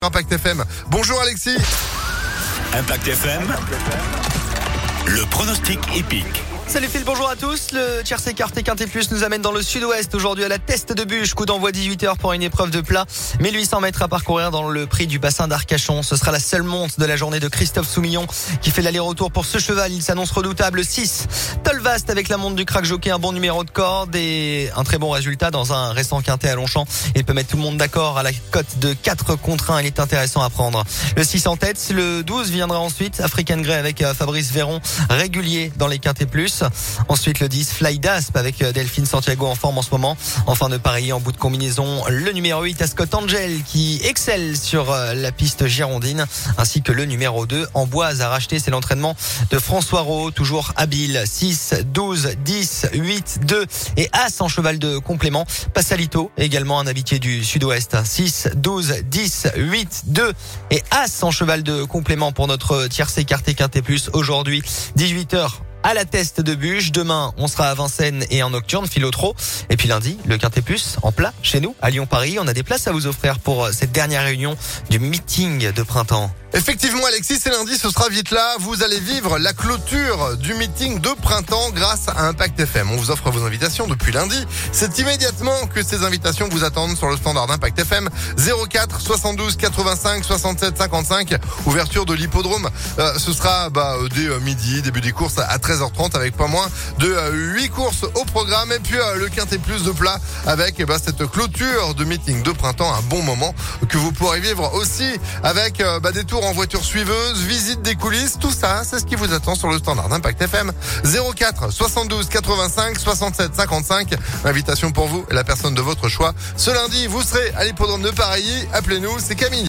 Impact FM. Bonjour Alexis. Impact FM, le pronostic épique. Salut Phil, bonjour à tous. Le tiercé Quarté Quintet Plus nous amène dans le sud-ouest aujourd'hui à la Teste de Bûche. Coup d'envoi 18h pour une épreuve de plat. 1800 mètres à parcourir dans le prix du bassin d'Arcachon. Ce sera la seule monte de la journée de Christophe Soumillon qui fait l'aller-retour pour ce cheval. Il s'annonce redoutable. 6. Tolvast avec la monte du crack jockey, un bon numéro de corde et un très bon résultat dans un récent quintet à Longchamp. Il peut mettre tout le monde d'accord à la cote de 4 contre 1. Il est intéressant à prendre. Le 6 en tête. Le 12 viendra ensuite. African Grey avec Fabrice Véron, régulier dans les quintets plus. Ensuite le 10 Fly Dasp avec Delphine Santiago en forme en ce moment. Enfin de pareil en bout de combinaison le numéro 8 Ascot Angel qui excelle sur la piste girondine, ainsi que le numéro 2 Amboise à racheter. C'est l'entraînement de François Rowe, toujours habile. 6, 12, 10, 8, 2 et As en cheval de complément. Passalito également un habitué du sud-ouest. 6, 12, 10, 8, 2 et As en cheval de complément pour notre tiercé Quarté Quintet Plus aujourd'hui 18h à la Teste de Bûche. Demain, on sera à Vincennes et en nocturne, Philotro. Et puis lundi, le Quintet Plus en plat chez nous, à Lyon-Paris. On a des places à vous offrir pour cette dernière réunion du meeting de printemps. Effectivement Alexis, c'est lundi, ce sera vite là. Vous allez vivre la clôture du meeting de printemps grâce à Impact FM. On vous offre vos invitations depuis lundi. C'est immédiatement que ces invitations vous attendent sur le standard d'Impact FM 04 72 85 67 55. Ouverture de l'hippodrome. Ce sera dès midi, début des courses à 13h30 avec pas moins de 8 courses au programme. Et puis le Quintet Plus de plat avec cette clôture de meeting de printemps. Un bon moment que vous pourrez vivre aussi avec des tours en voiture suiveuse, visite des coulisses, tout ça, c'est ce qui vous attend sur le standard d'Impact FM 04 72 85 67 55. Invitation pour vous et la personne de votre choix. Ce lundi, vous serez à l'hippodrome de Paris. Appelez-nous, c'est Camille.